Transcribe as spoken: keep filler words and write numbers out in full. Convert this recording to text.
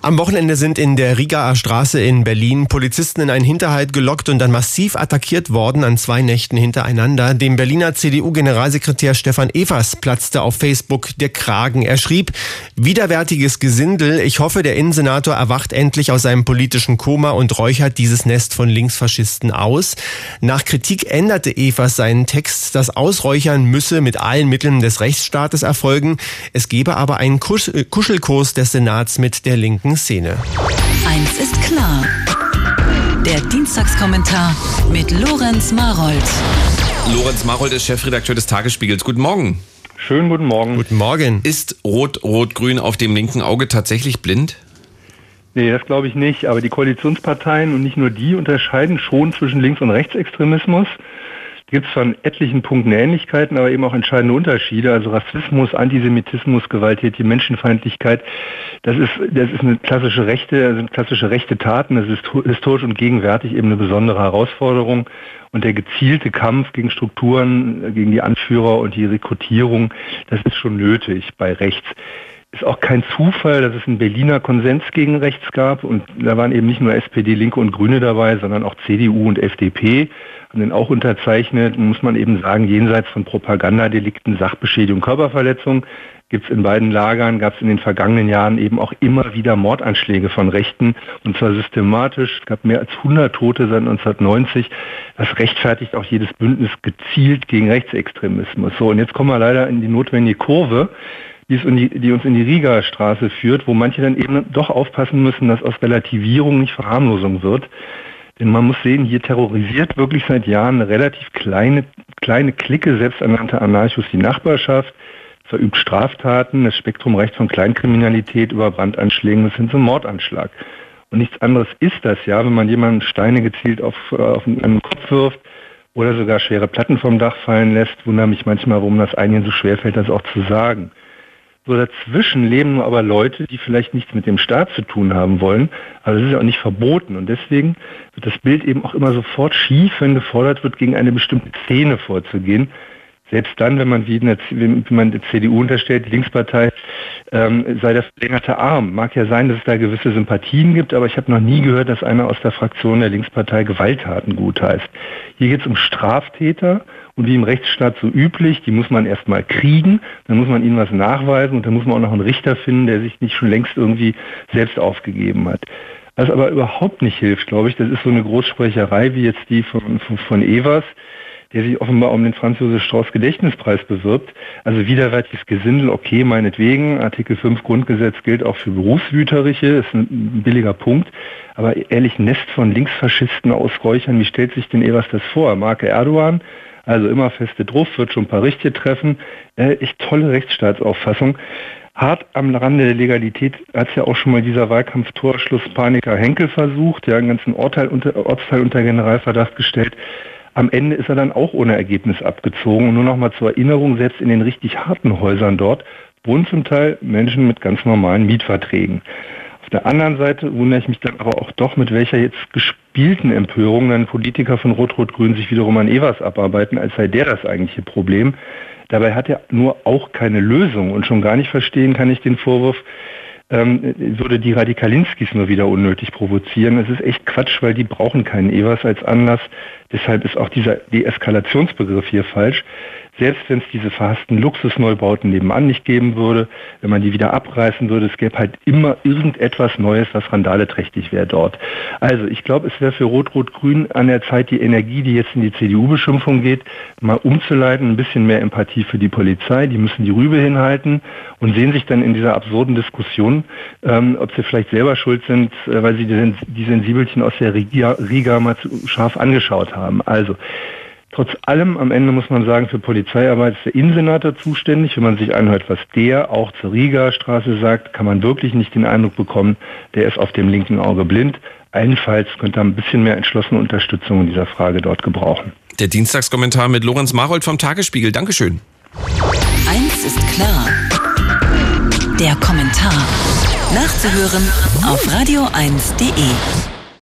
Am Wochenende sind in der Rigaer Straße in Berlin Polizisten in einen Hinterhalt gelockt und dann massiv attackiert worden an zwei Nächten hintereinander. Dem Berliner C D U-Generalsekretär Stefan Evers platzte auf Facebook der Kragen. Er schrieb, widerwärtiges Gesindel, ich hoffe, der Innensenator erwacht endlich aus seinem politischen Koma und räuchert dieses Nest von Linksfaschisten aus. Nach Kritik änderte Evers seinen Text, das Ausräuchern müsse mit allen Mitteln des Rechtsstaates erfolgen. Es gebe aber einen Kusch- Kuschelkurs des Senats mit der linken Szene. Eins ist klar. Der Dienstagskommentar mit Lorenz Marold. Lorenz Marold ist Chefredakteur des Tagesspiegels. Guten Morgen. Schönen guten Morgen. Guten Morgen. Ist Rot-Rot-Grün auf dem linken Auge tatsächlich blind? Nee, das glaube ich nicht. Aber die Koalitionsparteien und nicht nur die unterscheiden schon zwischen Links- und Rechtsextremismus. Da gibt es zwar in etlichen Punkten Ähnlichkeiten, aber eben auch entscheidende Unterschiede. Also Rassismus, Antisemitismus, gewalttätige Menschenfeindlichkeit, das ist, das ist eine klassische Rechte, das sind klassische rechte Taten. Das ist historisch und gegenwärtig eben eine besondere Herausforderung. Und der gezielte Kampf gegen Strukturen, gegen die Anführer und die Rekrutierung, das ist schon nötig bei rechts. Ist auch kein Zufall, dass es einen Berliner Konsens gegen rechts gab. Und da waren eben nicht nur S P D, Linke und Grüne dabei, sondern auch C D U und F D P. Haben den auch unterzeichnet. Muss man eben sagen, jenseits von Propagandadelikten, Sachbeschädigung, Körperverletzung, gibt es in beiden Lagern, gab es in den vergangenen Jahren eben auch immer wieder Mordanschläge von Rechten. Und zwar systematisch. Es gab mehr als hundert Tote seit neunzehnhundertneunzig. Das rechtfertigt auch jedes Bündnis gezielt gegen Rechtsextremismus. So, und jetzt kommen wir leider in die notwendige Kurve, die, es in die, die uns in die Rigaer Straße führt, wo manche dann eben doch aufpassen müssen, dass aus Relativierung nicht Verharmlosung wird. Denn man muss sehen, hier terrorisiert wirklich seit Jahren eine relativ kleine, kleine Clique selbsternannter Anarchos die Nachbarschaft, verübt Straftaten, das Spektrum reicht von Kleinkriminalität über Brandanschlägen bis hin zum Mordanschlag. Und nichts anderes ist das ja, wenn man jemanden Steine gezielt auf, auf einen Kopf wirft oder sogar schwere Platten vom Dach fallen lässt. Wundere mich manchmal, warum das einigen so schwerfällt, das auch zu sagen. So dazwischen leben aber Leute, die vielleicht nichts mit dem Staat zu tun haben wollen, aber das ist ja auch nicht verboten. Und deswegen wird das Bild eben auch immer sofort schief, wenn gefordert wird, gegen eine bestimmte Szene vorzugehen. Selbst dann, wenn man wie, der, wie man der C D U unterstellt, die Linkspartei, ähm, sei der verlängerte Arm. Mag ja sein, dass es da gewisse Sympathien gibt, aber ich habe noch nie gehört, dass einer aus der Fraktion der Linkspartei Gewalttaten gutheißt. Hier geht es um Straftäter und wie im Rechtsstaat so üblich, die muss man erstmal kriegen, dann muss man ihnen was nachweisen und dann muss man auch noch einen Richter finden, der sich nicht schon längst irgendwie selbst aufgegeben hat. Was aber überhaupt nicht hilft, glaube ich, das ist so eine Großsprecherei wie jetzt die von, von, von Evers, der sich offenbar um den Franz-Josef-Strauß-Gedächtnispreis bewirbt. Also widerwärtiges Gesindel, okay, meinetwegen, Artikel fünf Grundgesetz gilt auch für Berufswüterliche, ist ein billiger Punkt. Aber ehrlich, Nest von Linksfaschisten ausräuchern, wie stellt sich denn Evers das vor? Marke Erdogan, also immer feste Druff, wird schon ein paar Richtige treffen. Äh, echt tolle Rechtsstaatsauffassung. Hart am Rande der Legalität hat es ja auch schon mal dieser Wahlkampf-Torschluss-Paniker Henkel versucht, der einen ganzen Ortteil unter, Ortsteil unter Generalverdacht gestellt. Am Ende ist er dann auch ohne Ergebnis abgezogen. Und nur noch mal zur Erinnerung, selbst in den richtig harten Häusern dort wohnen zum Teil Menschen mit ganz normalen Mietverträgen. Auf der anderen Seite wundere ich mich dann aber auch doch, mit welcher jetzt gespielten Empörung dann Politiker von Rot-Rot-Grün sich wiederum an Evers abarbeiten, als sei der das eigentliche Problem. Dabei hat er nur auch keine Lösung und schon gar nicht verstehen kann ich den Vorwurf, ähm, würde die Radikalinskis nur wieder unnötig provozieren. Es ist echt Quatsch, weil die brauchen keinen Evers als Anlass. Deshalb ist auch dieser Deeskalationsbegriff hier falsch. Selbst wenn es diese verhassten Luxusneubauten nebenan nicht geben würde, wenn man die wieder abreißen würde, es gäbe halt immer irgendetwas Neues, was randaleträchtig wäre dort. Also ich glaube, es wäre für Rot-Rot-Grün an der Zeit, die Energie, die jetzt in die C D U-Beschimpfung geht, mal umzuleiten, ein bisschen mehr Empathie für die Polizei, die müssen die Rübe hinhalten und sehen sich dann in dieser absurden Diskussion, ähm, ob sie vielleicht selber schuld sind, äh, weil sie die, die Sensibelchen aus der Riga, Riga mal zu scharf angeschaut haben. Also trotz allem, am Ende muss man sagen, für Polizeiarbeit ist der Innensenator zuständig. Wenn man sich anhört, was der auch zur Rigaer Straße sagt, kann man wirklich nicht den Eindruck bekommen, der ist auf dem linken Auge blind. Allenfalls könnte er ein bisschen mehr entschlossene Unterstützung in dieser Frage dort gebrauchen. Der Dienstagskommentar mit Lorenz Marold vom Tagesspiegel. Dankeschön. Eins ist klar. Der Kommentar. Nachzuhören auf radio eins punkt de.